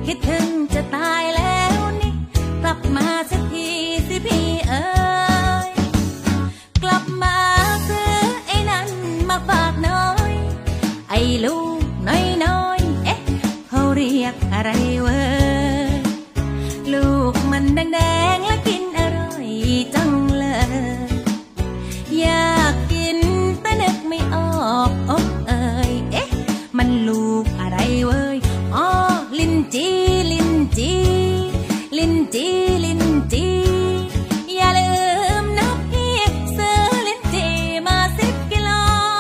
คิดถึงจะตายแล้วนี่กลับมาสักทีสิพี่เอ๋ยกลับมาซื้อไอ้นั่นมาฝากน้อยไอ้ลูกน้อยๆเอ๊ะเขาเรียกอะไรเว้ยลูกมันแดงๆและกินอร่อยจังเลยอยากกินแต่นึกไม่ออกเอ๋ยเอ๊ะมันลูกอะไรเว้ยอ๋อลิ้นจีลิ้นจีลิ้นจีลิ้นจีอย่าลืมนะพี่ซื้อลิ้นจีมา10 กิโล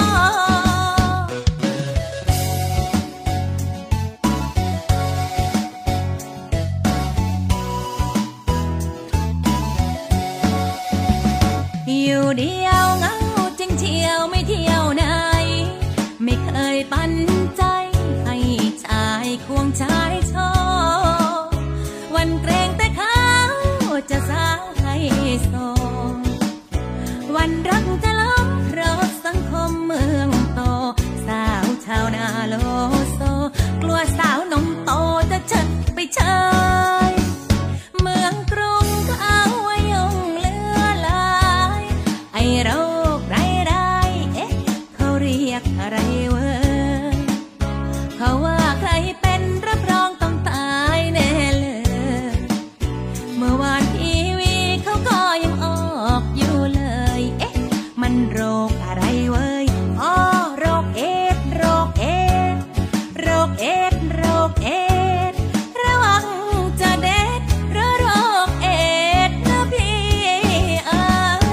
อยู่เดียวเหงาจริงเที่ยวไม่เที่ยวไหนไม่เคยปันใจให้ชายควงชายชอบวันเกรงแต่เขาจะสาวให้โซวันรักจะล้มเพราะสังคมเมืองโตสาวชาวนาโลโซกลัวสาวนมโตจะเชิดไปเชยเมืองกรุงก็เอาไว้ยงเลือลายไอโรคร้ายๆเอ๊ะเขาเรียกอะไรเว้ยเขาว่าใครเป็นรับรองต้องตายแน่เลยเมื่อวานทีวีเขาก็ยังออกอยู่เลยเอ๊ะมันโรคอะไรเว้ยอ๋อโรคเอดส์โรคเอดส์โรคเอดส์โรคเอดส์ระวังจะเด็ดเพราะโรคเอดส์นะพี่เอ๋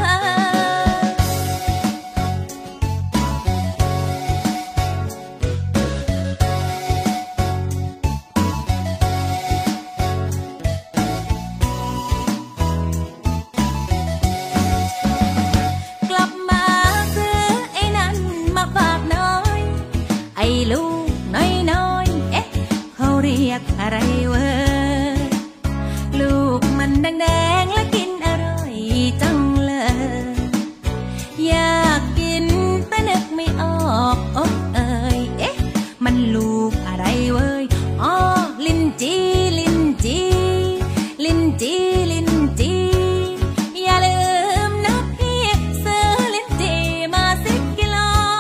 กลับมาซื้อไอ้นั่นมาฝากน้อยไอ้ลูกน้อยๆเอ๊ะเขาเรียกอะไรเว้ยลูกมันแดงๆและกินอร่อยจังเลยอยากกินแต่นึกไม่ออกเอ๋ยเอ๊ะมันลูกอะไรเว้ยอ๋อลิ้นจีลิ้นจีลิ้นจีลิ้นจีอย่าลืมนะพี่ซื้อลิ้นจีมา10 กิโล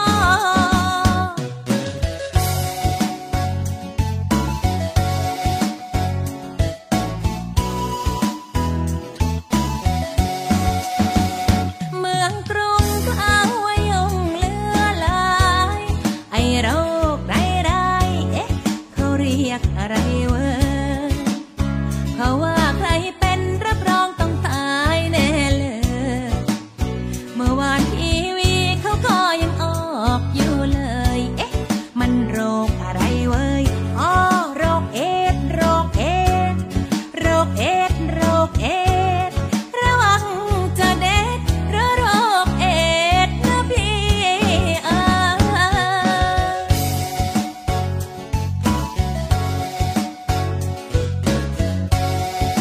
เมืองกรุงก็เอาไว้ยงเลือลายไอโรคร้ายๆเอ๊ะเขาเรียกอะไรเว้ยเขาว่าใครเป็นรับรองต้องตายแน่เลยเมื่อวานทีวีเขาก็ยังออกอยู่เลยเอ๊ะมันโรคอะไรเว้ยอ๋อโรคเอดส์โรคเอดส์โรคเอดส์โรคเอดส์ระวังจะเด็ดเพราะโรคเอดส์นะพี่เอ๋ย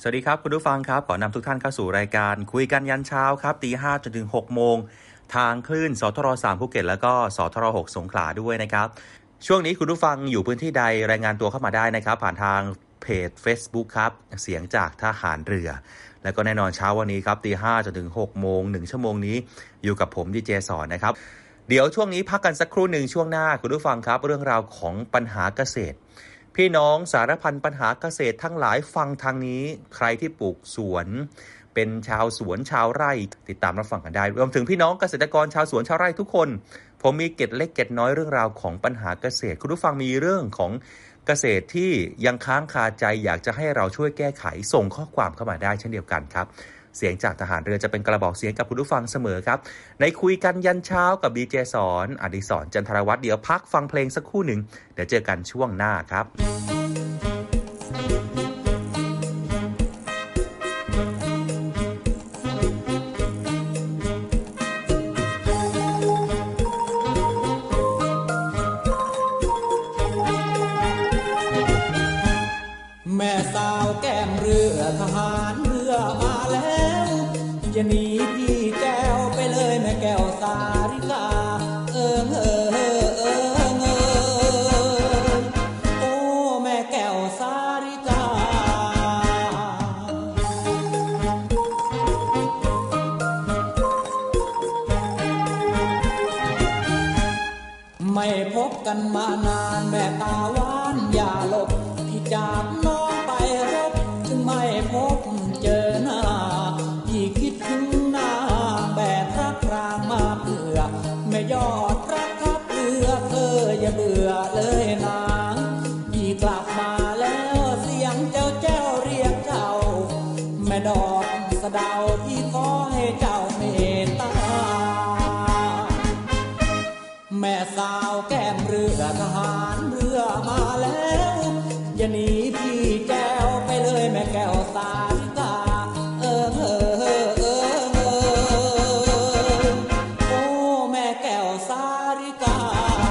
วัสดีครับคุณผู้ฟังครับขอนำทุกท่านเข้าสู่รายการคุยกันยันเช้าครับตี 5 จนถึง 6 โมงทางคลื่นสทร3ภูเก็ตแล้วก็สทร6สงขลาด้วยนะครับช่วงนี้คุณผู้ฟังอยู่พื้นที่ใดรายงานตัวเข้ามาได้นะครับผ่านทางเพจ Facebook ครับเสียงจากทหารเรือแล้วก็แน่นอนเช้าวันนี้ครับตี 5 จนถึง 6 โมง1ชั่วโมงนี้อยู่กับผมดีเจสอนนะครับเดี๋ยวช่วงนี้พักกันสักครู่หนึ่งช่วงหน้าคุณผู้ฟังครับเรื่องราวของปัญหาเกษตรพี่น้องสารพันปัญหาเกษตรทั้งหลายฟังทางนี้ใครที่ปลูกสวนเป็นชาวสวนชาวไร่ติดตามรับฟังกันได้รวมถึงพี่น้องเกษตรกรชาวสวนชาวไร่ทุกคนผมมีเกร็ดเล็กเกร็ดน้อยเรื่องราวของปัญหาเกษตรคุณผู้ฟังมีเรื่องของเกษตรที่ยังค้างคาใจอยากจะให้เราช่วยแก้ไขส่งข้อความเข้ามาได้เช่นเดียวกันครับเสียงจากทหารเรือจะเป็นกระบอกเสียงกับคุณผู้ฟังเสมอครับในคุยกันยันเช้ากับดีเจสอนอดิศรจันทรวัฒน์เดี๋ยวพักฟังเพลงสักครู่หนึ่งเดี๋ยวเจอกันช่วงหน้าครับแม่สาวแก้มเรือทหารเรือมาแล้วจะหนีพี่แก้วไปเลยแม่แก้วสาริกาโอ้แม่แก้วสาริกาไม่พบกันมานานแม่ตาหวานอย่าหลบพี่จากน้องไปรบจึงไม่พบเจอหน้าพี่คิดถึงหน้าแบกรักรางมาเพื่อแม่ยอดรักทับเรือเธออย่าเบื่อเลยนะพี่กลับมาแล้วเสียงเจ้าแจ้วเรียกเจ้าแม่ดอกสะเดาพี่ขอให้เจ้าเมตตาแม่สาวแก้มเรือทหารเรือมาแล้วอย่าหนีพี่แก้วไปเลยแม่แก้วสาริกาโอ้แม่แก้วสาริกา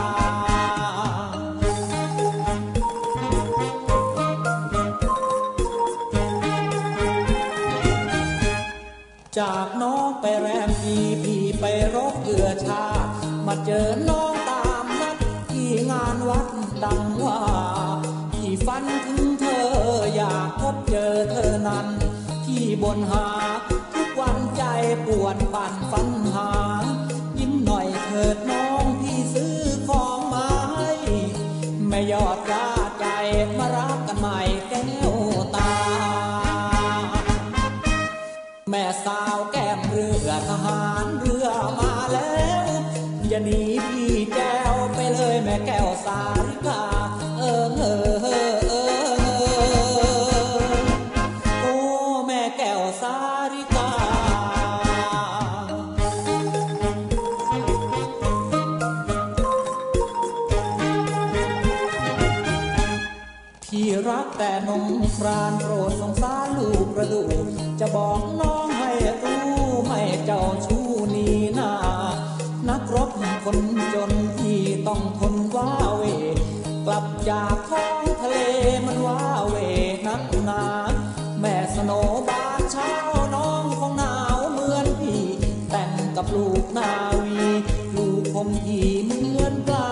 จากน้องไปแรมพี่ไปรบเรือชาติมาเจอน้องตามนัดที่งานวัดดังว่าที่ฝันถึงเธออยากพบเจอเธอนั้นที่บนหาทุกวันใจปวดปั่นฝันหายิ้มหน่อยเถิดน้องพี่ซื้อของมาให้แม่ยอดกล้าใจมารักกันใหม่แก้วตาแม่สาวแก้มเรือทหารเรือมาแล้วอย่าหนีพี่แก้วไปเลยแม่แก้วสาริกาโอ้แม่แก้วสาริกาพี่รักแต่นงครานโปรดสงสารลูกกระดูกจะบอกน้องให้รู้ไม่เจ้าชู้นี่นานักรบคนจนที่ต้องทนว้าเวกลับจากท้องทะเลมันว้าเวนักหนาแม่สโนบานเช้าน้องคงหนาวเหมือนพี่แต่งกับลูกนาวีลูกคมที่เหมือนปลา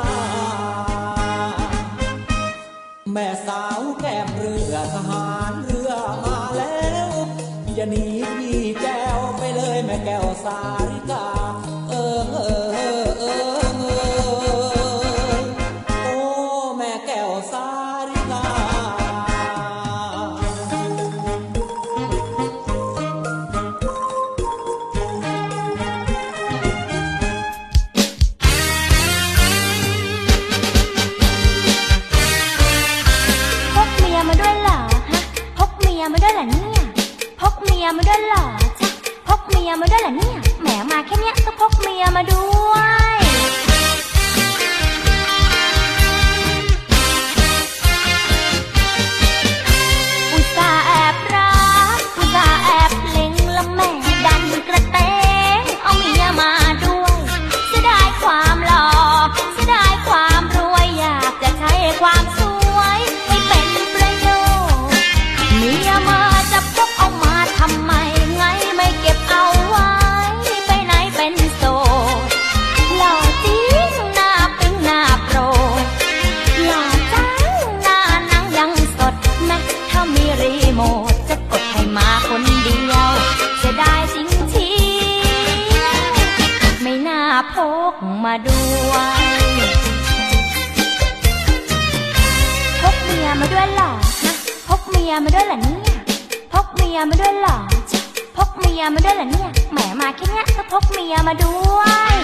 แม่สาวแก้มเรือทหารเรือมาแล้วอย่าหนีพี่แก้วไปเลยแม่แก้วสาริกาโอ้แม่แก้วสาริกาพกเมียมาด้วยเหรอฮะพกเมียมาด้วยเหรอเนี่ยพกเมียมาด้วยเหรอจ๊ะพกเมียมาด้วยเหรอเนี่ยแหมมาแค่เนี้ยก็พกเมียมาด้วยอุตส่าห์แอบรักอุตส่าห์แอบเล็งแล้วแม่ดันกระเตงเอาเมียมาด้วยเสียดายความหล่อเสียดายความรวยอยากจะใช้ความสวยให้เป็นประโยชน์เมียมาจะพกมาด้วยเหรอฮะพกเมียมาด้วยเหรอเนี่ยพกเมียมาด้วยเหรอพกเมียมาด้วยเหรอเนี่ยแหมมาแค่เนี้ยก็พกเมียมาด้วย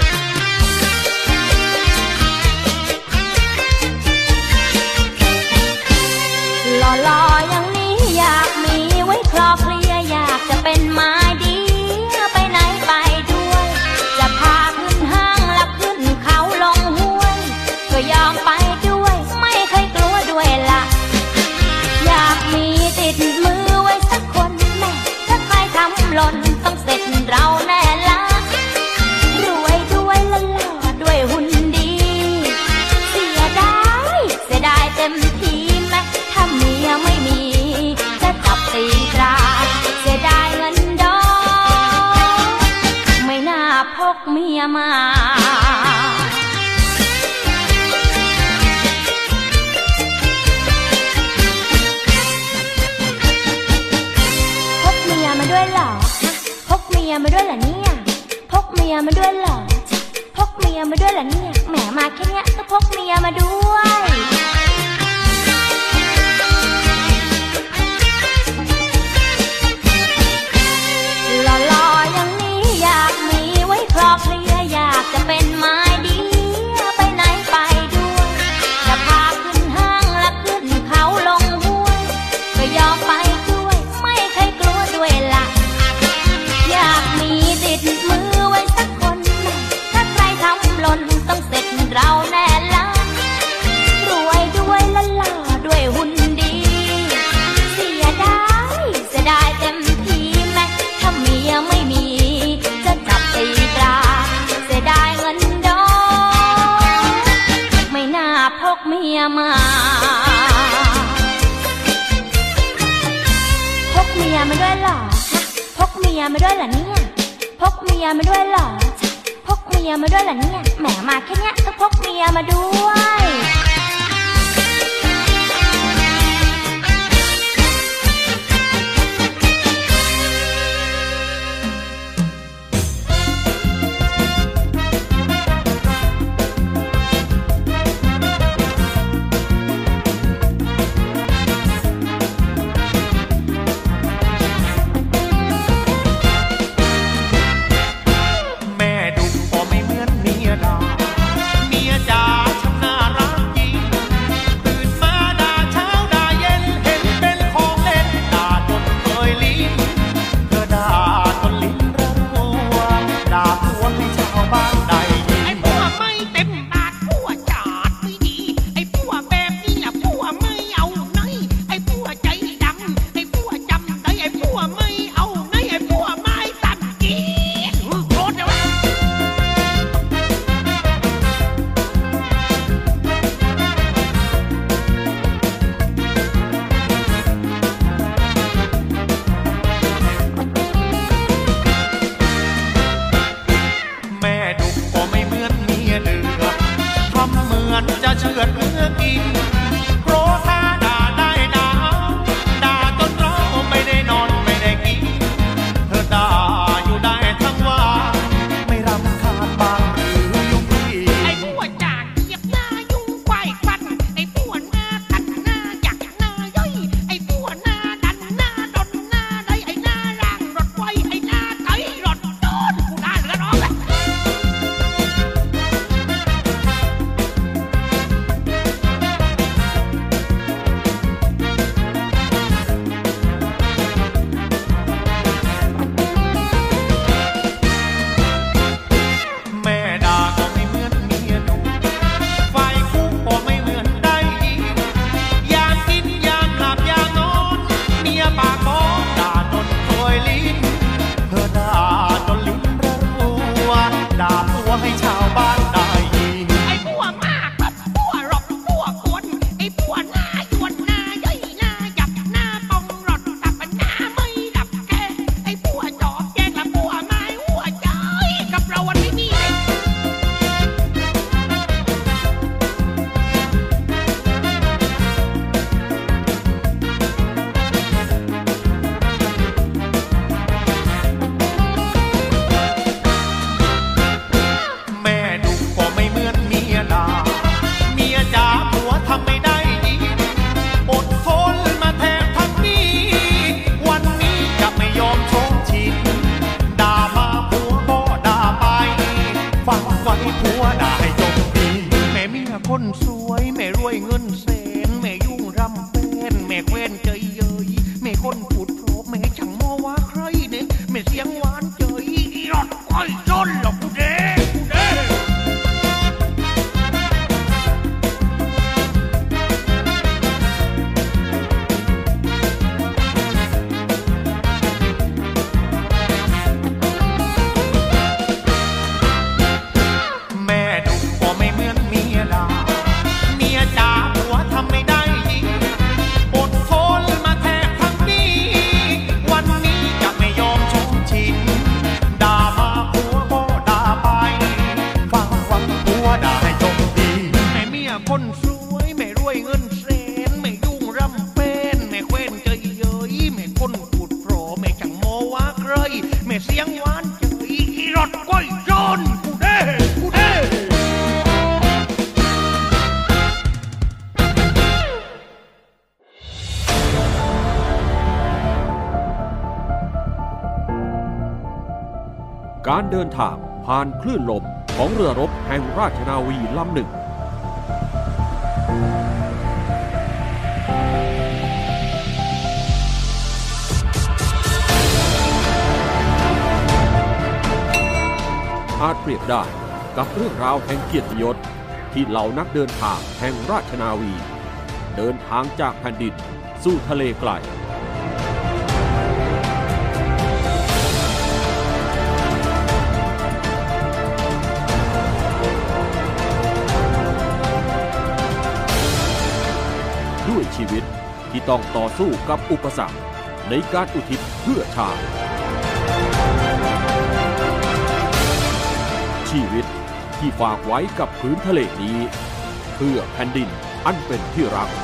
หล่อๆอย่างนี้อยากมีไว้คลอเคลียอยากจะเป็นไม้ดีไปไหนไปด้วยจะพาขึ้นห้างและขึ้นเขาลงห้วยก็ยอมไปด้วยไม่เคยกลัวด้วยล่ะอยากมีติดมือไว้สักคนแม่ถ้าใครทำหล่นต้องเสร็จเราแน่ละรวยด้วยละล่อด้วยหุ่นดีเสียดายเต็มทีแม่ถ้าเมียไม่มีจะจับตีตราเสียดายเงินดอกไม่น่าพกเมียมาพกเมียมาด้วยเหรอพกเมียมาด้วยเหรอเนี่ยพกเมียมาด้วยเหรอพกเมียมาด้วยเหรอเนี่ยแหมมาแค่เนี้ยก็พกเมียมาด้วยหล่อๆอย่างนี้อยากมีไว้คลอเคลียอยากจะเป็นไม้ดีไปไหนไปด้วยจะพาขึ้นห้างและขึ้นเขาลงห้วยก็ยอมไปด้วยไม่เคยกลัวด้วยล่ะอยากมีติดมือไว้สักคนถ้าใครทำหล่นต้องเสร็จเราแน่ละรวยด้วยละล่อด้วยหุ่นดีเสียดายเต็มทีแม่ถ้าเมียไม่มีจะจับตีตราเสียดายเงินดอกไม่น่าพกเมียมาพกเมียมาด้วยเหรอพกเมียมาด้วยเหรอเนี่ยพกเมียมาด้วยเหรอพกเมียมาด้วยเหรอเนี่ยแหมมาแค่เนี้ยก็พกเมียมาด้วยจะเชือดเนื้อกินโกรธาด่าได้ด่าด่าจนเราไม่ได้นอนไม่ได้กินเธอด่าอยู่ได้ทั้งวันไม่รำคาญบ้างหรือยุงพี่ไอ้พวกจากเหยียบหน้ายุงควายฟันไอ้พวกหน้าตัดหน้าจักหน้าย่อยไอ้พวกหน้าดันหน้าดนหน้าได้ไอ้หน้าล่างรถไฟไอ้หน้าไถรถโดนกูได้เหลือน้องเลยนแสนแม่ยุ่งรำเป็นแม่แคว้นใจเย้ยแม่คนพูดเพราะแม่ช่างมอว่าใครเนี่ยแม่เสียงหวานเจยอีรอดก้อยจนหรอกกูเด้กูเด้การเดินทางผ่านคลื่นลมของเรือรบแห่งราชนาวีลำหนึ่งอาจเปรียบได้กับเรื่องราวแห่งเกียรติยศที่เหล่านักเดินทางแห่งราชนาวีเดินทางจากแผ่นดินสู่ทะเลไกลด้วยชีวิตที่ต้องต่อสู้กับอุปสรรคในการอุทิศเพื่อชาติชีวิตที่ฝากไว้กับพื้นทะเลนี้เพื่อแผ่นดินอันเป็นที่รัก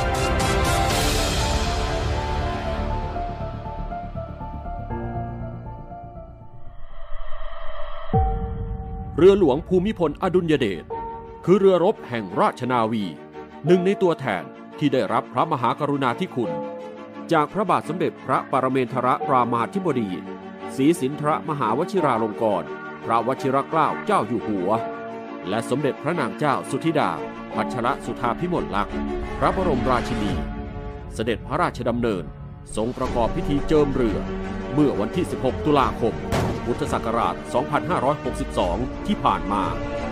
เรือหลวงภูมิพลอดุลยเดชคือเรือรบแห่งราชนาวีหนึ่งในตัวแทนที่ได้รับพระมหากรุณาธิคุณจากพระบาทสมเด็จพระปรเมนทรรามาธิบดีศรีสินธรมหาวชิราลงกรณ์พระวชิรเกล้าเจ้าอยู่หัวและสมเด็จพระนางเจ้าสุธิดาพัชรสุธาภิมลลักษณ์พระบรมราชินีเสด็จพระราชดำเนินทรงประกอบพิธีเจิมเรือเมื่อวันที่ 16 ตุลาคม พุทธศักราช 2562 ที่ผ่านมา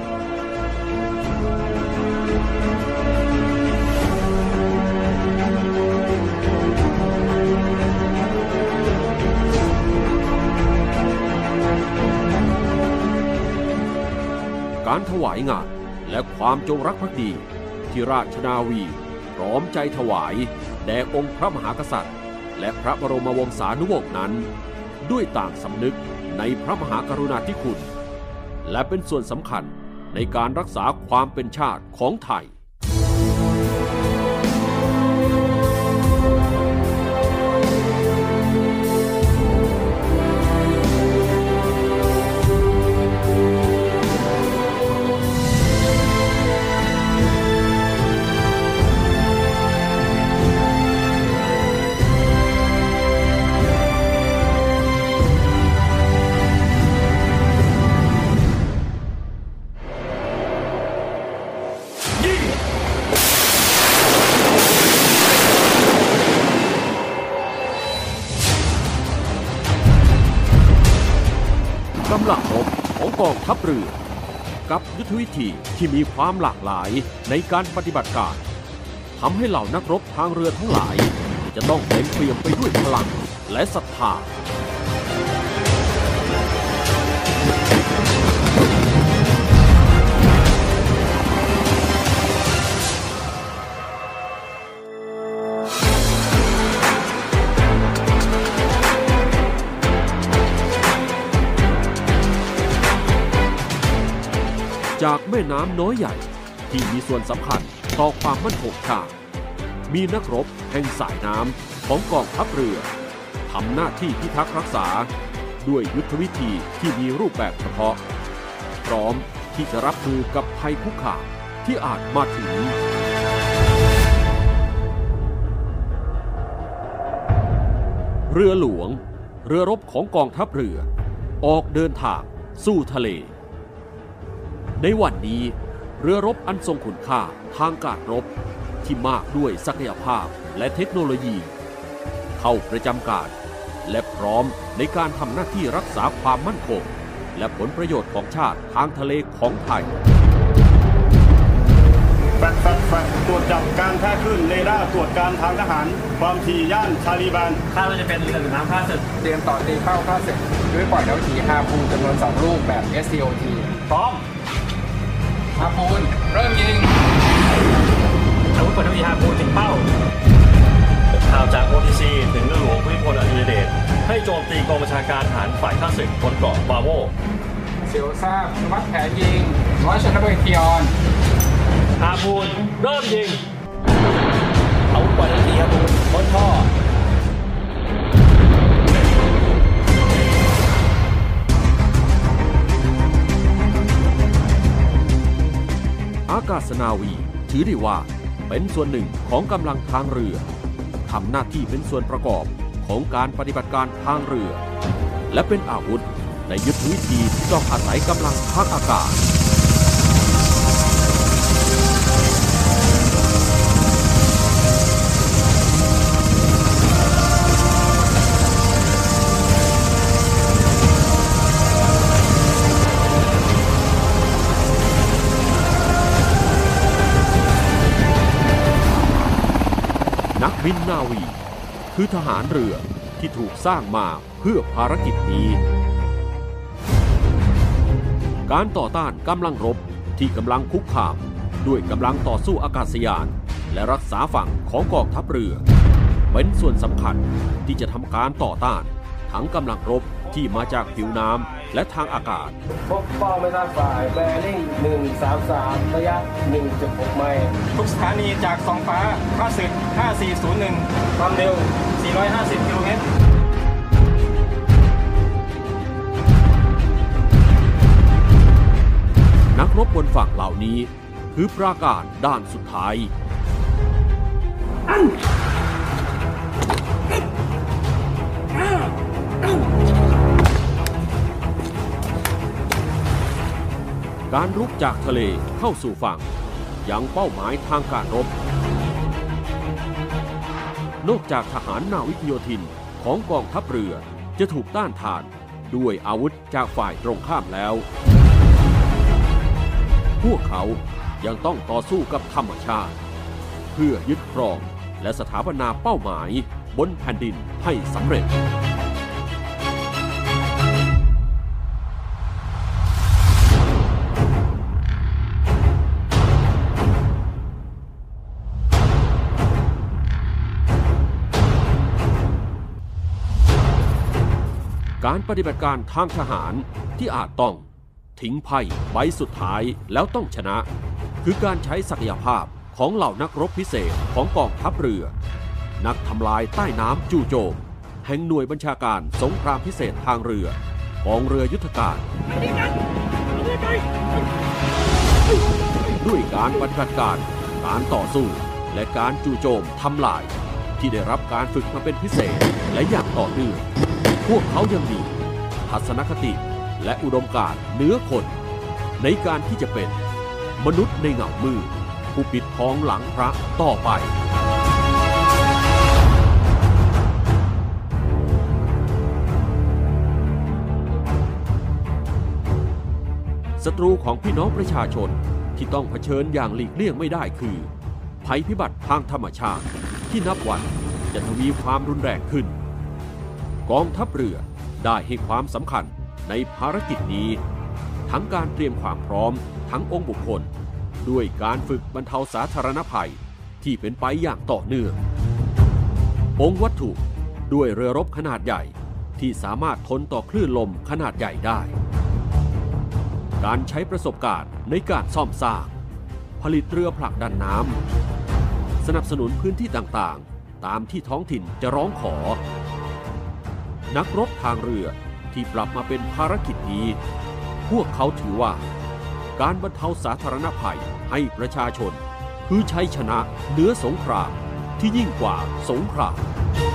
การถวายงานและความจงรักภักดีที่ราชนาวีพร้อมใจถวายแด่องค์พระมหากษัตริย์และพระบรมวงศานุวงศ์นั้นด้วยต่างสำนึกในพระมหากรุณาธิคุณและเป็นส่วนสำคัญในการรักษาความเป็นชาติของไทยกำลังรบของกองทัพเรือกับยุทธวิธีที่มีความหลากหลายในการปฏิบัติการทำให้เหล่านักรบทางเรือทั้งหลายจะต้องเต็มเปี่ยมไปด้วยพลังและศรัทธาจากแม่น้ำน้อยใหญ่ที่มีส่วนสำคัญต่อความมั่นคงชาติมีนักรบแห่งสายน้ำของกองทัพเรือทำหน้าที่พิทักษ์รักษาด้วยยุทธวิธีที่มีรูปแบบเฉพาะพร้อมที่จะรับมือกับภัยคุกคามที่อาจมาถึงเรือหลวงเรือรบของกองทัพเรือออกเดินทางสู่ทะเลในวันนี้เรือรบอันทรงคุณค่าทางการรบที่มากด้วยศักยภาพและเทคโนโลยีเข้าประจำการและพร้อมในการทำหน้าที่รักษาความมั่นคงและผลประโยชน์ของชาติทางทะเลของไทยแฟดตรวจจับการแท้คลื่นเรดาร์ตรวจการทางทหารความถี่ย่านชาลีแบนคาดว่าจะเป็นเรือหรือน้ำข้าศึกเตรียมต่อตีเข้าข้าศึกด้วยปล่อยดาวถีฮาพูนจำนวน2 ลูกแบบ SCOT พร้อมฮาพูนเริ่มยิงอาวุธปล่อยดาวถีฮาพูนถึงเป้าข่าวจาก OTC ถึงเรือหลวงภูมิพลอดุลยเดชให้โจมตีกองบัญชาการทหารฝ่ายข้าศึกบนเกาะบาโวเสียวทราบวัดแผนยิงร้อยชนบทคิออนฮาพูนเริ่มยิงอาวุธปล่อยดาวถีฮาพูนพ้นท่ออากาศนาวีถือได้ว่าเป็นส่วนหนึ่งของกำลังทางเรือทำหน้าที่เป็นส่วนประกอบของการปฏิบัติการทางเรือและเป็นอาวุธในยุทธวิธีที่ต้องอาศัยกำลังทางอากาศนักบินนาวีคือทหารเรือที่ถูกสร้างมาเพื่อภารกิจนี้การต่อต้านกำลังรบที่กำลังคุกคามด้วยกำลังต่อสู้อากาศยานและรักษาฝั่งของกองทัพเรือเป็นส่วนสำคัญที่จะทำการต่อต้านทั้งกำลังรบที่มาจากผิวน้ำและทางอากาศพบเป้าไม่ทราบฝ่ายแบริ่ง133ระยะ 1.6 ไมล์ทุกสถานีจากสองฟ้าข้าศึก5401ความเร็ว450กิโลเมตรนักรบบนฝั่งเหล่านี้คือปราการด้านสุดท้ายการรุกจากทะเลเข้าสู่ฝั่งยังเป้าหมายทางการรบนอกจากทหารนาวิกโยธินของกองทัพเรือจะถูกต้านทานด้วยอาวุธจากฝ่ายตรงข้ามแล้วพวกเขายังต้องต่อสู้กับธรรมชาติเพื่อยึดครองและสถาปนาเป้าหมายบนแผ่นดินให้สำเร็จการปฏิบัติการทางทหารที่อาจต้องทิ้งไพ่ใบสุดท้ายแล้วต้องชนะคือการใช้ศักยภาพของเหล่านักรบพิเศษของกองทัพเรือนักทำลายใต้น้ำจู่โจมแห่งหน่วยบัญชาการสงครามพิเศษทางเรือกองเรือยุทธการด้วยการปฏิบัติการการต่อสู้และการจู่โจมทำลายที่ได้รับการฝึกมาเป็นพิเศษและอย่างต่อเนื่องพวกเขายังมีทัศนคติและอุดมการณ์เหนือคนในการที่จะเป็นมนุษย์ในเงามืดผู้ปิดทองหลังพระต่อไปศัตรูของพี่น้องประชาชนที่ต้องเผชิญอย่างหลีกเลี่ยงไม่ได้คือภัยพิบัติทางธรรมชาติที่นับวันจะทวีความรุนแรงขึ้นกองทัพเรือได้ให้ความสำคัญในภารกิจนี้ทั้งการเตรียมความพร้อมทั้งองค์บุคคลด้วยการฝึกบรรเทาสาธารณภัยที่เป็นไปอย่างต่อเนื่ององค์วัตถุด้วยเรือรบขนาดใหญ่ที่สามารถทนต่อคลื่นลมขนาดใหญ่ได้การใช้ประสบการณ์ในการซ่อมสร้างผลิตเรือผลักดันน้ำสนับสนุนพื้นที่ต่างๆตามที่ท้องถิ่นจะร้องขอนักรบทางเรือที่ปรับมาเป็นภารกิจนี้พวกเขาถือว่าการบรรเทาสาธารณภัยให้ประชาชนคือชัยชนะเหนือสงครามที่ยิ่งกว่าสงคราม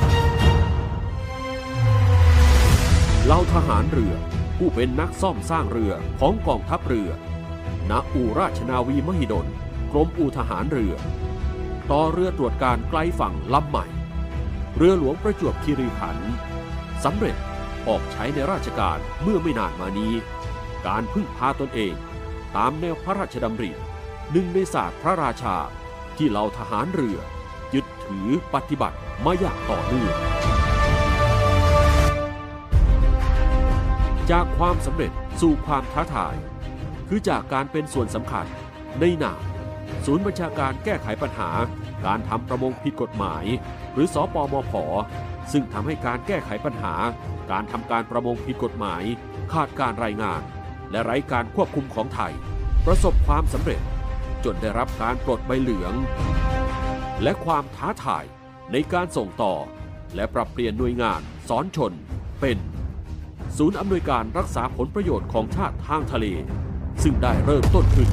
เหล่าทหารเรือผู้เป็นนักซ่อมสร้างเรือของกองทัพเรือณอู่ราชนาวีมหิดลกรมอู่ทหารเรือต่อเรือตรวจการไกลฝั่งลำใหม่เรือหลวงประจวบคีรีขันธ์สำเร็จออกใช้ในราชการเมื่อไม่นานมานี้การพึ่งพาตนเองตามแนวพระราชดำริหนึ่งในศาสตร์พระราชาที่เหล่าทหารเรือยึดถือปฏิบัติมาอย่างต่อเนื่องจากความสำเร็จสู่ความท้าทายคือจากการเป็นส่วนสำคัญในนามศูนย์บัญชาการแก้ไขปัญหาการทำประมงผิดกฎหมายหรือสปมผ.ซึ่งทำให้การแก้ไขปัญหาการทำการประมงผิดกฎหมายขาดการรายงานและไร้การควบคุมของไทยประสบความสำเร็จจนได้รับการปลดใบเหลืองและความท้าทายในการส่งต่อและปรับเปลี่ยนหน่วยงานสอนชนเป็นศูนย์อำนวยการรักษาผลประโยชน์ของชาติทางทะเลซึ่งได้เริ่มต้นขึ้น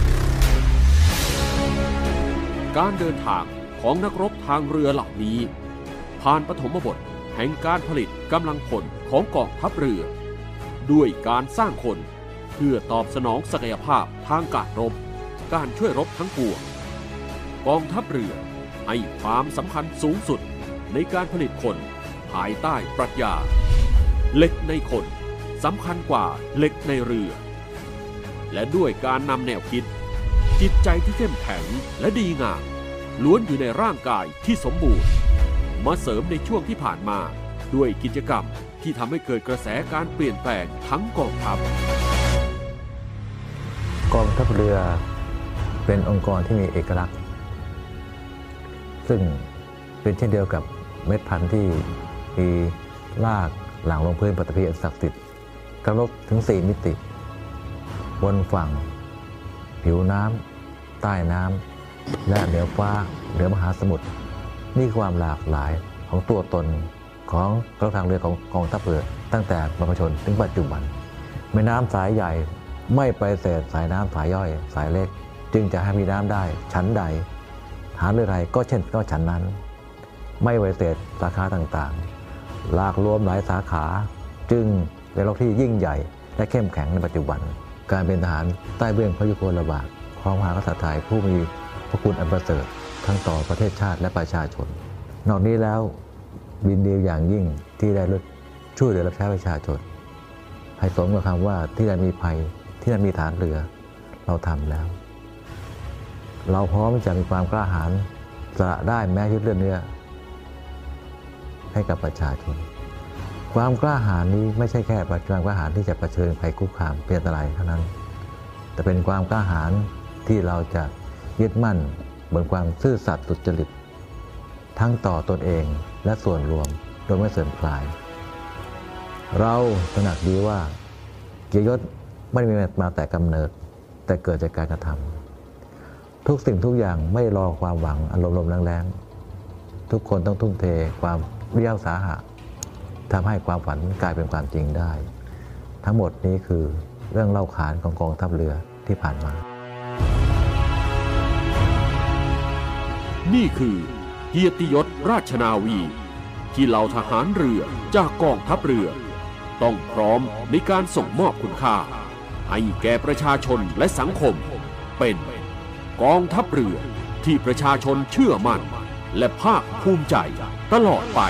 การเดินทางของนักรบทางเรือเหล่านี้ผ่านปฐมบทแห่งการผลิตกำลังพลของกองทัพเรือด้วยการสร้างคนเพื่อตอบสนองศักยภาพทางการรบการช่วยรบทั้งปวงกองทัพเรือให้ความสำคัญสูงสุดในการผลิตคนภายใต้ปรัชญาเหล็กในคนสำคัญกว่าเหล็กในเรือและด้วยการนำแนวคิดจิตใจที่เข้มแข็งและดีงามล้วนอยู่ในร่างกายที่สมบูรณ์มาเสริมในช่วงที่ผ่านมาด้วยกิจกรรมที่ทำให้เกิดกระแสการเปลี่ยนแปลงทั้งกองทัพกองทัพเรือเป็นองค์กรที่มีเอกลักษณ์ซึ่งเป็นเช่นเดียวกับเม็ดพันธุ์ที่มีรากหลังลงพื้นปฐพีอันศักดิ์สิทธิ์กระทบถึง4มิติบนฝั่งผิวน้ำใต้น้ำและเหนือฟ้าเหนือมหาสมุทรนี่ความหลากหลายของตัวตนของกองทางเรือของกองทัพเรือตั้งแต่บรรพชนถึงปัจจุบันแม่น้ำสายใหญ่ไม่ไปเศษสายน้ำสายย่อยสายเล็กจึงจะให้มีน้ำได้ชั้นใดฐานเรือใดก็เช่นก็ฉันนั้นไม่ไปเศษสาขาต่างๆหลากรวมหลายสาขาจึงเป็นโลกที่ยิ่งใหญ่และเข้มแข็งในปัจจุบันการเป็นทหารใต้เบื้องพระยุคลบาทของมหากษัตริย์ไทยผู้มีพระคุณอันประเสริฐทั้งต่อประเทศชาติและประชาชนนอกนี้แล้วบินดีอย่างยิ่งที่ได้ช่วยเหลือรับใช้ประชาชนให้สมกับคำว่าที่ใดมีภัยที่นั่นมีฐานเรือเราทำแล้วเราพร้อมจะมีความกล้าหาญสละได้แม้ชีวิตเลือดเนื้อให้กับประชาชนความกล้าหาญนี้ไม่ใช่แค่ความกล้าหาญที่จะเผชิญภัยคุกคามเป็นอันตรายเท่านั้นแต่เป็นความกล้าหาญที่เราจะยึดมั่นบนความซื่อสัตย์สุจริตทั้งต่อตนเองและส่วนรวมโดยไม่เสื่อมคลายเราตระหนักดีว่าเกียรติยศไม่ได้มาแต่กำเนิดแต่เกิดจากการกระทำทุกสิ่งทุกอย่างไม่รอความหวังอารมณ์แรงๆทุกคนต้องทุ่มเทความเรียวสาหะทำให้ความฝันกลายเป็นความจริงได้ทั้งหมดนี้คือเรื่องเล่าขานของกองทัพเรือที่ผ่านมานี่คือเกียรติยศราชนาวีที่เหล่าทหารเรือจากกองทัพเรือต้องพร้อมในการส่งมอบคุณค่าให้แก่ประชาชนและสังคมเป็นกองทัพเรือที่ประชาชนเชื่อมั่นและภาคภูมิใจตลอดไป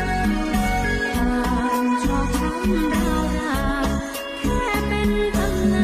แค่เป็นตำน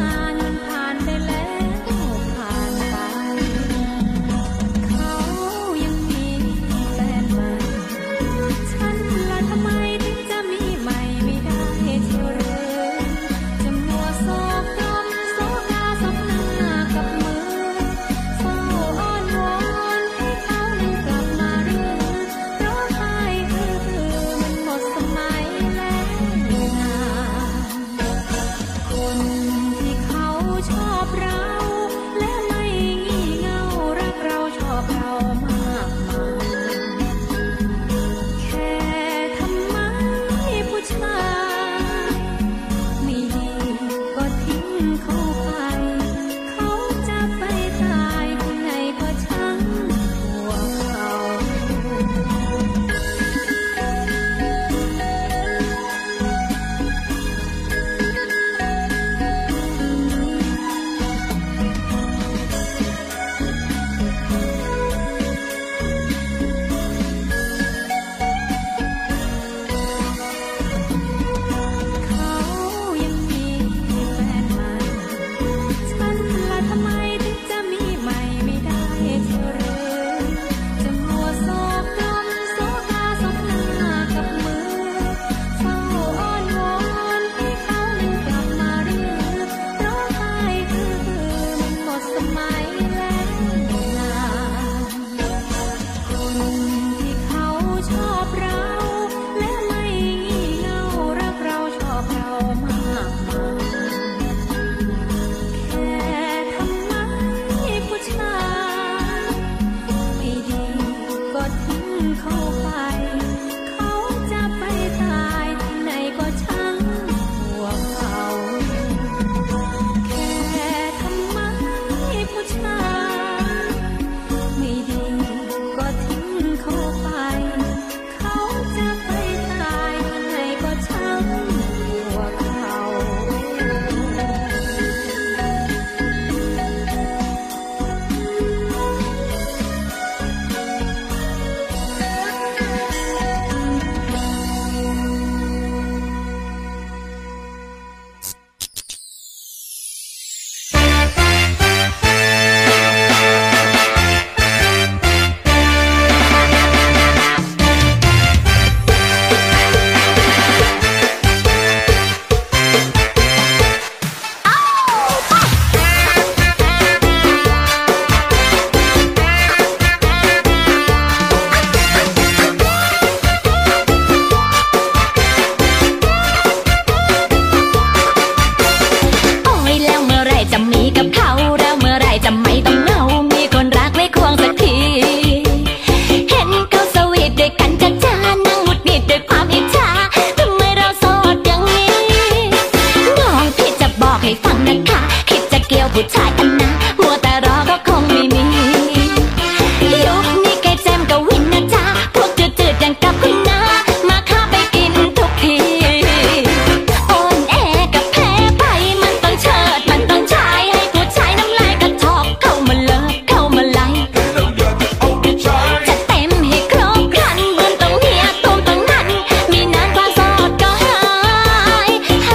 จะมีกับเขาแล้วเมื่อไรจะไม่ต้องเหงามีคนรักไม่ควงสักทีเห็นเขาสวีทด้วยกันจ้าจ้านั่งหงุดหงิดด้วยความอิจฉาทำไมเราโสดอย่างนี้น้องพี่จะบอกให้ฟังนะคะคิดจะเกี่ยวผู้ชายอันนะมัวแต่รอก็คงไม่มียุคนี้แกแจมกับวินนะจ๊ะพวกจืดๆอย่างกับคุณน้ามาข้าไปกินทุกทีอ่อนแอกับแพ้ไปมันต้องเชิดมันต้องใช้ให้ผู้ชายน้ำลายกระทอกเข้ามาเลิกเข้ามาไล่จะเต็มให้ครบครันบนตรงเฮียตรงนั้นมีนานความโสดก็หาย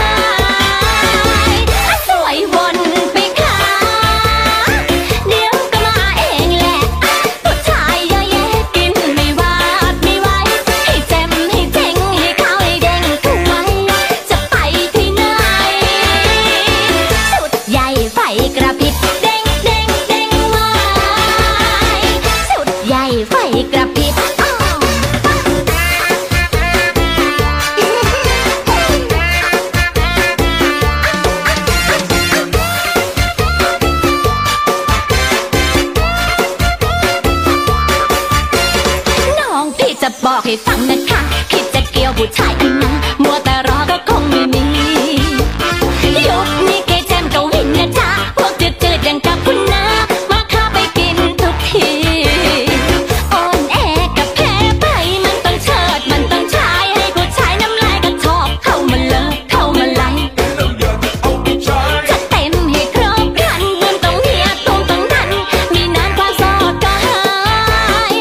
สวยวนไปค่ะเดี๋ยวก็มาเองแหละผู้ชายเยอะแยะกินไม่วาดไม่ไหวให้แจมให้เจ๋งให้ขาวให้เด้งเข้าไว้จะไปที่ไหนสุดใหญ่ไฟกระพริบเด้งเด้งเด้งไว้สุดใหญ่ไฟกระพริบน้องพี่จะบอกให้ฟังนะคะคิดจะเกี่ยวผู้ชายอันนะมัวแต่รอก็คงไม่มียุคนี้แกแจมกับวินนะจ๊ะพวกจืดๆอย่างกับคุณน้ามาข้าไปกินทุกทีอ่อนแอกับแพ้ไปมันต้องเชิดมันต้องใช้ให้ผู้ชายน้ำลายกระทอกเข้ามาเลิกเข้ามาไล่จะเต็มให้ครบครันบนตรงเฮียตรงนั้นมีนานความโสดก็หาย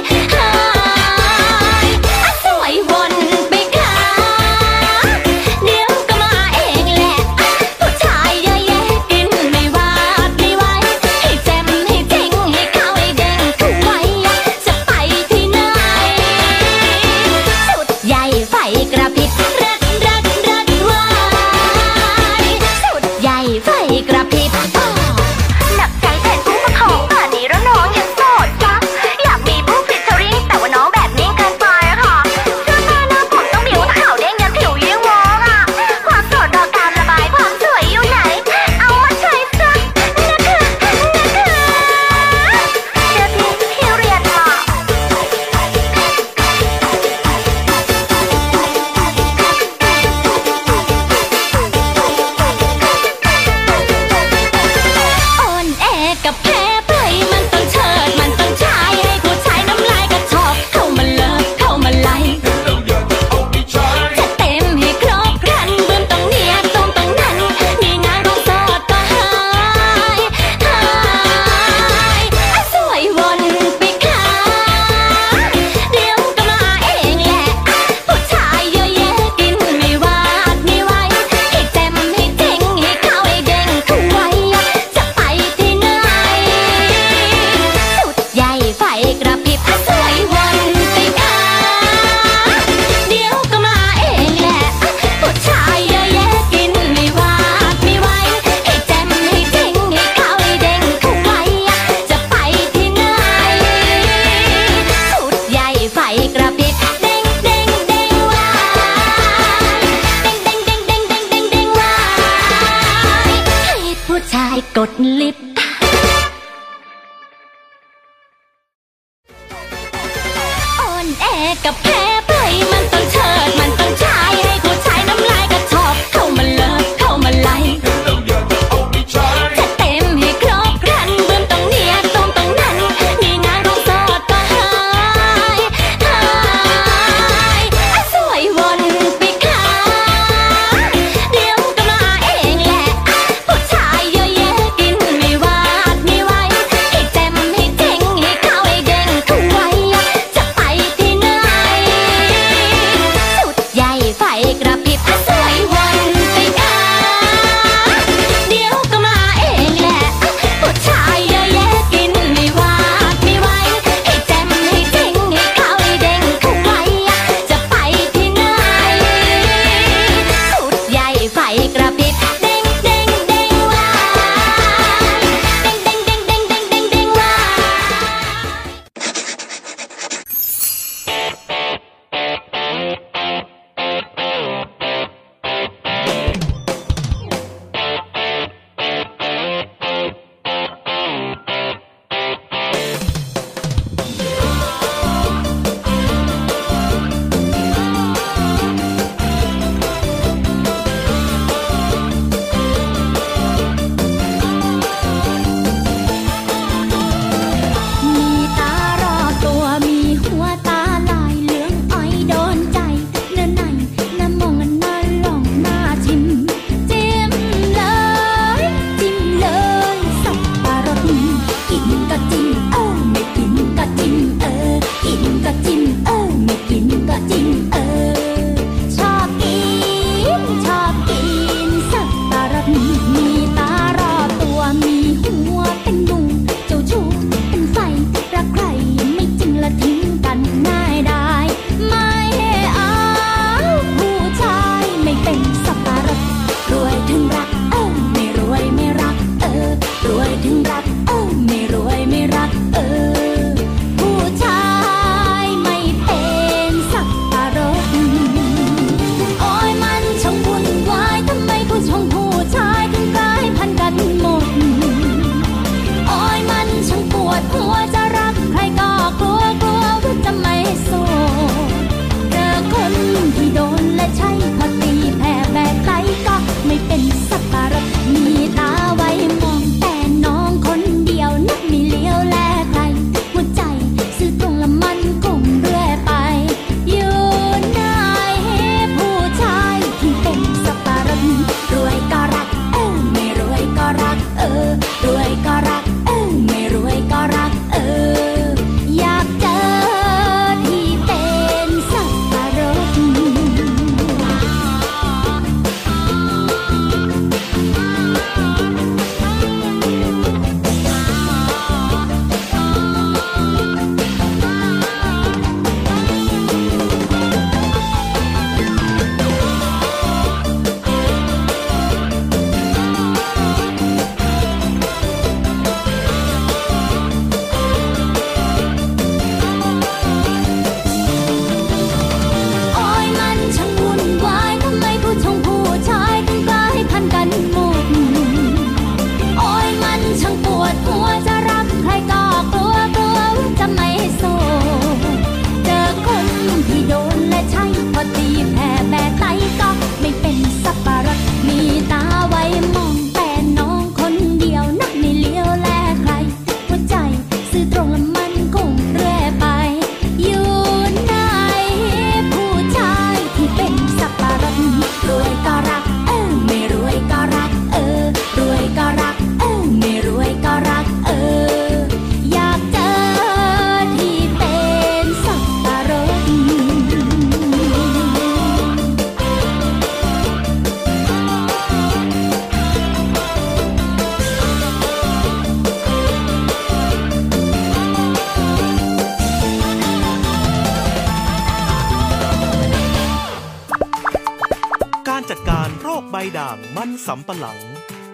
สวยวนไปค่ะเดี๋ยวก็มาเองแหละผู้ชายเยอะแยะกินไม่วาดไม่ไหวให้แจมให้เจ๋งให้ขาวให้เด้งเข้าไว้จะไปที่ไหนสุดใหญ่ไฟกระพริบรัดรัดรัดไว้สุดใหญ่ไฟกระพริบหนักใจแทนผู้ประคองป่านนี้แล้วน้องยังโสดจ้ะอยากมีผู้ฟิชเชอริ่งแต่ว่าน้องแบบนิ่งเกินไปค่ะเสื้อผ้าหน้าผมต้องผิวขาวเด้งยันผิวยิ่งวอกอ่ะความโสดรอการระบายความสวยอยู่ไหนเอามาใช้สักนะคะเดี๋ยวพี่เรียนมาอ่อนแอกับแพ้ไปมันต้องเชิดมันต้องใช้ให้ผู้ชายน้ำลายกระทอกเข้ามาเลิกเข้ามาไล่จะเต็มให้ครบครันบนตรงเนี้ยตรงนั้นมีนานความโสดก็หายสวยวนไปค่ะเดี๋ยวก็มาเองแหละผู้ชายเยอะแยะกินไม่วาดไม่ไหวให้แจมให้เจ๋งให้ขาวให้เด้งเข้าไว้จะไปที่ไหนสุดใหญ่ไฟกระพริบสวยวนไปค่ะเดี๋ยวก็มาเองแหละผู้ชายเยอะแยะกินไม่วาดไม่ไหวให้แจมให้เจ๋งให้ขาวให้เด้งเข้าไว้จะไปที่ไหนสุดใหญ่ไฟกระพริบเด้งเด้งเด้งไว้เด้งเด้งเด้งเด้งเด้งเด้งเด้งไว้ให้ผู้ชายกดลิฟต์อ่อนแอกับแพ้ไปมันต้องเชิดมันต้องใช้ให้ผู้ชายน้ำลายกระทอกเข้ามาเลิกเข้ามาไล่จะเต็มให้ครบครันบนตรงเนี้ยตรงนั้นมีนานความโสดก็หายสวยวนไปค่ะเดี๋ยวก็มาเองแหละผู้ชายเยอะแยะกินไม่วาดไม่ไหวให้แจมให้เจ๋งให้ขาวให้เด้งเข้าไว้จะไปที่ไหนางมันสำปะหลัง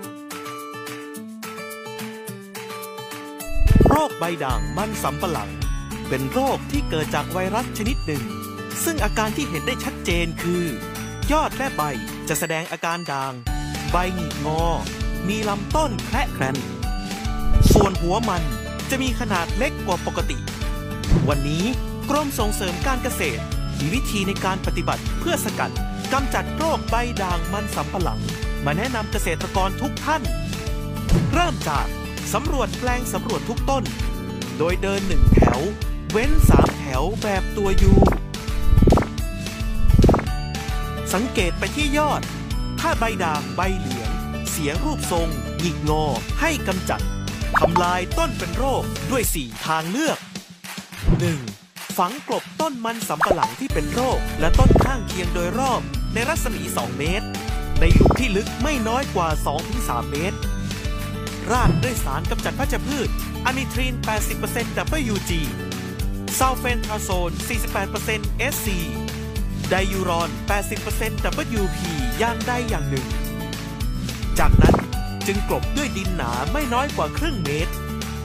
โรคใบด่างมันสำปะหลังเป็นโรคที่เกิดจากไวรัสชนิดหนึ่งซึ่งอาการที่เห็นได้ชัดเจนคือยอดและใบจะแสดงอาการด่างใบหงิกงอมีลำต้นแคระแครนส่วนหัวมันจะมีขนาดเล็กกว่าปกติวันนี้กรมส่งเสริมการเกษตรมีวิธีในการปฏิบัติเพื่อสกัดกำจัดโรคใบด่างมันสำปะหลังมาแนะนำเกษตรกรทุกท่านเริ่มจากสำรวจแปลงสำรวจทุกต้นโดยเดิน1แถวเว้น3แถวแบบตัวยูสังเกตไปที่ยอดถ้าใบด่างใบเหลืองเสียรูปทรงหงิกงอให้กำจัดทำลายต้นเป็นโรคด้วย4ทางเลือก 1. ฝังกลบต้นมันสำปะหลังที่เป็นโรคและต้นข้างเคียงโดยรอบในรัศมี2 เมตรในหลุมที่ลึกไม่น้อยกว่า 2-3 เมตรราดด้วยสารกำจัดวัชพืชอะมิทรีน 80% WG ซัลเฟนทราโซน 48% SC ไดยูรอน 80% WP อย่างใดอย่างหนึ่งจากนั้นจึงกลบด้วยดินหนาไม่น้อยกว่าครึ่งเมตร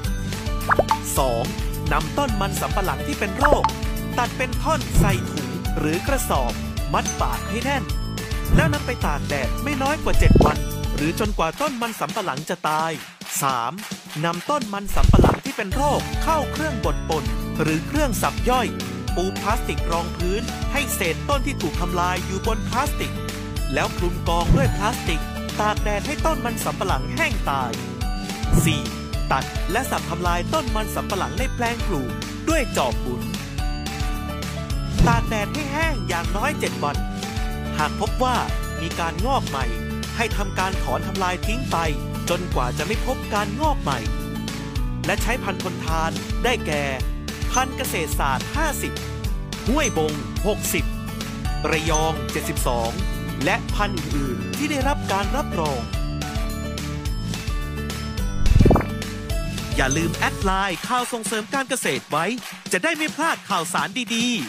2. นำต้นมันสำปะหลังที่เป็นโรคตัดเป็นท่อนใส่ถุงหรือกระสอบมัดปากให้แน่นแล้วนำไปตากแดดไม่น้อยกว่า7 วันหรือจนกว่าต้นมันสำปะหลังจะตาย 3. นำต้นมันสำปะหลังที่เป็นโรคเข้าเครื่องบดป่นหรือเครื่องสับย่อยปูพลาสติกรองพื้นให้เศษต้นที่ถูกทำลายอยู่บนพลาสติกแล้วคลุมกองด้วยพลาสติกตากแดดให้ต้นมันสำปะหลังแห้งตาย 4. ตัดและสับทำลายต้นมันสำปะหลังในแปลงปลูกด้วยจอบบุ๋นตากแดดให้แห้งอย่างน้อย7 วันหากพบว่ามีการงอกใหม่ให้ทำการถอนทำลายทิ้งไปจนกว่าจะไม่พบการงอกใหม่และใช้พันธุ์ทนทานได้แก่พันธุ์เกษตรศาสตร์50ห้วยบง60ระยอง72และพันธุ์อื่นๆที่ได้รับการรับรองอย่าลืมแอดไลน์ข่าวส่งเสริมการเกษตรไว้จะได้ไม่พลาดข่าวสารดีๆ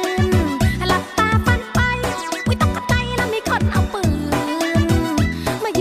ม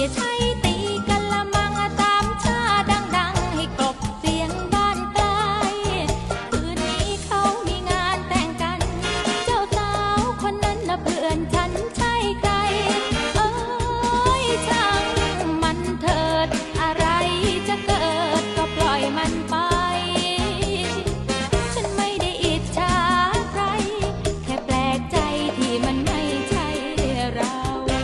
ใช้ตีกะละมังตามชาดังๆให้กลบเสียงบ้านไกลคืนนี้เขามีงานแต่งกันเจ้าสาวคนนั้นน่ะเพื่อนฉันใช่ใครเอ้ยช่างมันเถิดอะไรจะเกิดก็ปล่อยมันไปฉันไม่ได้อิจฉาใครแค่แปลกใจที่มันไม่ใช่เรา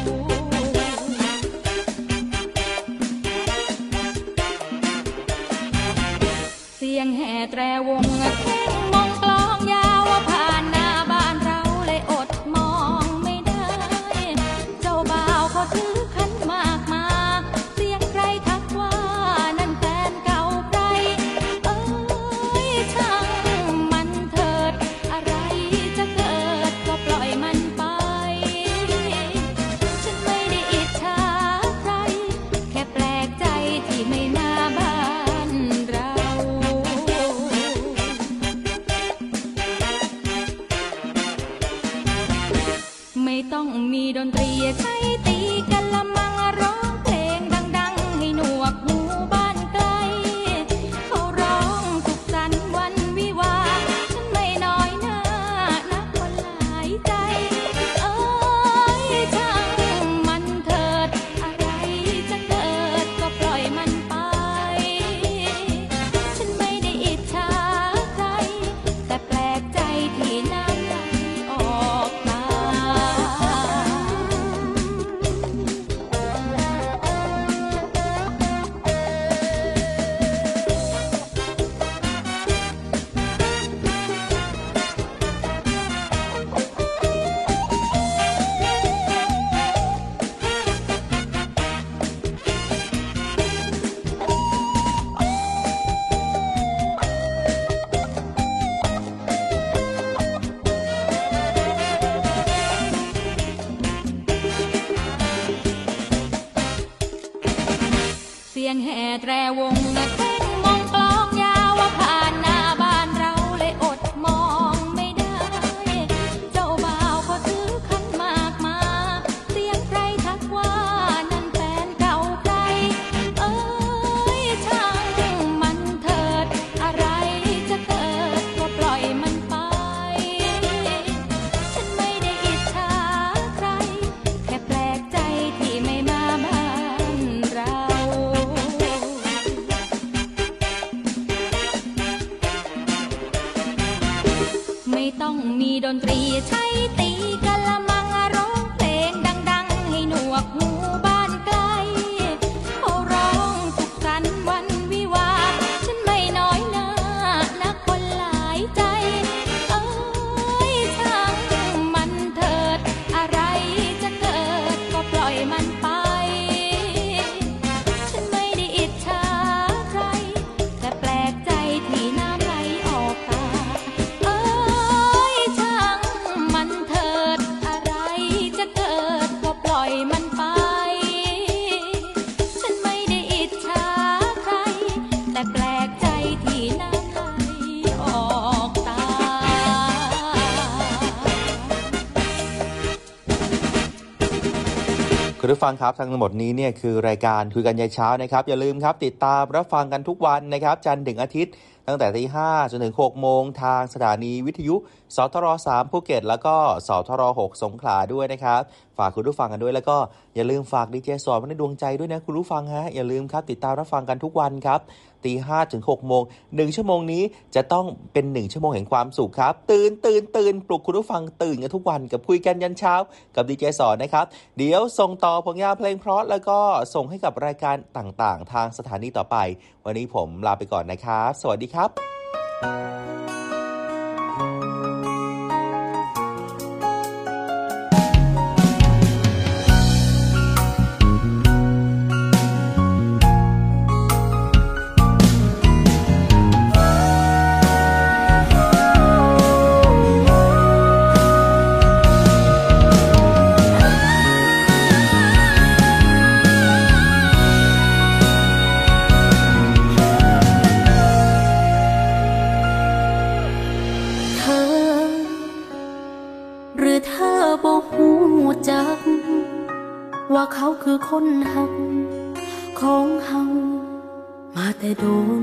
เสียงแห่แตรวงแข่งมองกลองยาวผ่านหน้าบ้านเราเลยอดมองไม่ได้เจ้าบ่าวเขาถือขันหมากมาเสียงใครทักว่านั่นแฟนเก่าใครเอ้ยช่างมันเถิดอะไรจะเกิดก็ปล่อยมันไปฉันไม่ได้อิจฉาใครแค่แปลกใจที่ไม่มาบ้านเราไม่ต้องมีดนตรีใช้ตีกะละมังร้องเพลงดังๆให้หนวกหูบ้านไกลเขาร้องสุขสันต์วันวิวาห์ฉันไม่น้อยหน้านับคนหลายใจเอ้ยช่างมันเถิดอะไรจะเกิดก็ปล่อยมันไปฉันไม่ได้อิจฉาใครแต่แปลกใจที่น้ำไหลออกมา สียงแห่แตรวงแข่งมองกลองยาวผ่านหน้าบ้านเราเลยอดมองไม่ได้เจ้าบ่าวเขาถือขันหมากมาเสียงใครทักว่านั่นแฟนเก่าใครเอ้ยช่างมันเถิดอะไรจะเกิดก็ปล่อยมันไปฉันไม่ได้อิจฉาใครแค่แปลกใจที่ไม่มาบ้านเราไม่ต้องมีดนตรีใช้ตีกะละมังร้องเพลงดังๆให้หนวกหูบ้านไกลเขาร้องสุขสันต์วันวิวาห์ฉันไม่น้อยหน้านักคนหลายใจเอ้ยช่างมันเถิดอะไรจะเกิดก็ปล่อยมันไปฉันไม่ได้อิจฉาใครแต่แปลกใจที่น้ำไหลออกตาเอ้ยช่างมันเถิดอะไรจะเกิดก็ปล่อยมันไปฉันไม่ได้อิจฉาใครแต่แปลกใจที่น้ำไหลออกตาคุณผู้ฟังครับทั้งหมดนี้เนี่ยคือรายการคุยกันยามเช้านะครับอย่าลืมครับติดตามรับฟังกันทุกวันนะครับจันทร์ถึงอาทิตย์ตั้งแต่ 5:00 จนถึง 6:00 นทางสถานีวิทยุสทร3ภูเก็ตแล้วก็สทร6สงขลาด้วยนะครับฝากคุณผู้ฟังกันด้วยแล้วก็อย่าลืมฝากดีเจสอนในดวงใจด้วยนะคุณผู้ฟังฮะอย่าลืมครับติดตามรับฟังกันทุกวันครับ 5:00 ถึง 6:00 น1ชั่วโมงนี้จะต้องเป็น1ชั่วโมงแห่งความสุขครับตื่นปลุกคุณผู้ฟังตื่นกันทุกวันกับคุยกันยันเช้ากับดีเจสอนนะครับเดี๋ยวส่งต่อผลงานเพลงเพราะแล้วก็ส่งให้กับรายการต่างๆทางสถานีต่อไปวันนี้ผมลาไปก่อนนะครับสวัสดีครับเขาคือคนหักของเฮามาแต่โดน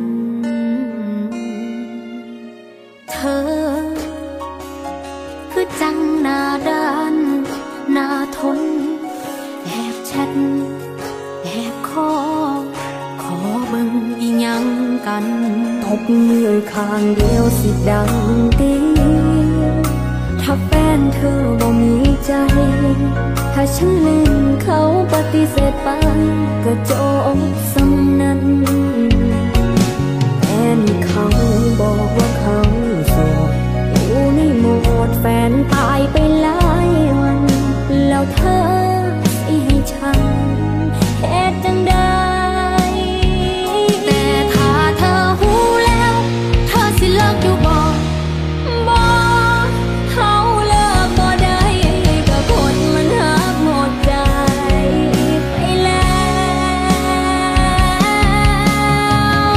เธอคือจังหน้าด้านหน้าทนแอบแชทแอบขอเบิ่งอีหยังกันตบมือข้างเดียวสิดังตีถ้าแฟนเธอบ่มีใจถ้าฉันเล่นเขาปฏิเสธไปก็จบสำนั้นแฟนเขาบอกว่าเขาโสดอยู่ในโหมดแฟนตายไปหลายวันแล้วเธอสิให้ฉันเฮ็ดจังใดแต่ถ้าเธอหูแล้วเธอสิเลิกอยู่บ่เขาเลิกบ่ได้ก็คนมันหักหมดใจไปแล้ว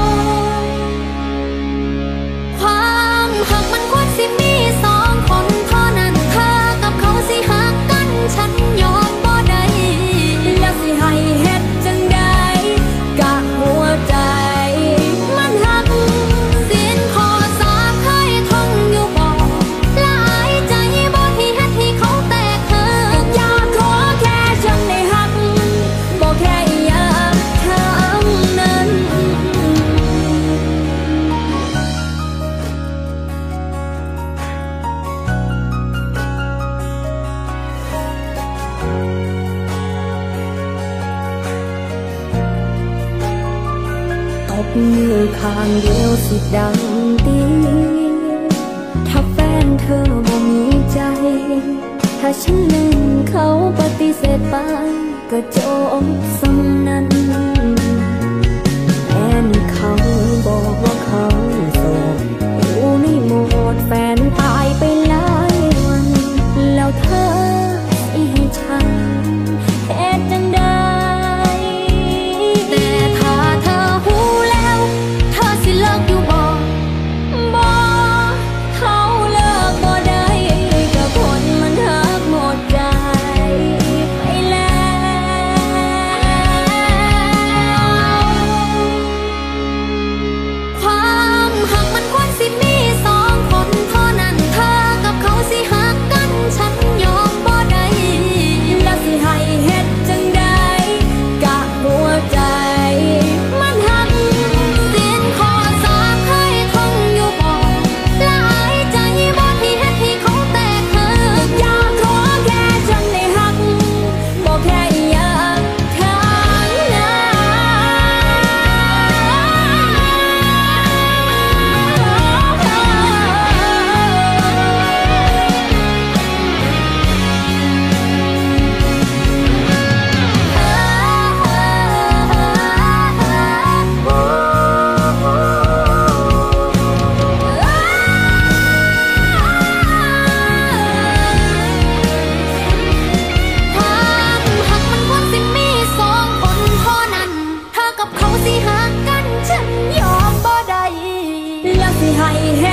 ความหักมันควรสิมีสองคนเท่านั้นเธอกับเขาสิหักกันฉันยอมบ่ได้แล้วสิให้เฮ็ดจังใดกะหัวใจมันหักสิ้นข้อสามเคยท่องอยู่บ่หลายใจบ่ที่เฮ็ดให้เขาแตกหักอยากขอแค่ฉันได้หักบ่แค่อยากทำนั้นตบมือข้างเดียวสิดังตีถ้าแฟนเธอบ่มีใจถ้าฉันเล่นเขาปฏิเสธไปก็จบสำนั้นแฟนเขาบอกว่าเขาโสดอยู่ในโหมดแฟนตายไปหลายวันแล้วเธอสิให้ฉันเฮ็ดจังใดแต่ถ้าเธอหูแล้วเธอสิเลิกอยู่บ่เขาเลิกบ่ได้ก็คนมันหักหมดใจไปแล้วความหักมันควรสิมีสองคนเท่านั้นเธอกับเขาสิหักกันฉันยอมบ่ได้แล้วสิให้เฮ็ดจังใดกะหัวใจมันหักสิ้นข้อสามเคยท่องอยู่บ่หลายใจบ่ที่เฮ็ดให้เขาแตกหักอยากขอแค่ฉันได้หักบ่แค่อยากทำนั้นความหักมันควรสิมีสองคนเท่านั้นเธอกับเขาสิหักกันฉันยอมบ่ได้แล้วสิให้เฮ็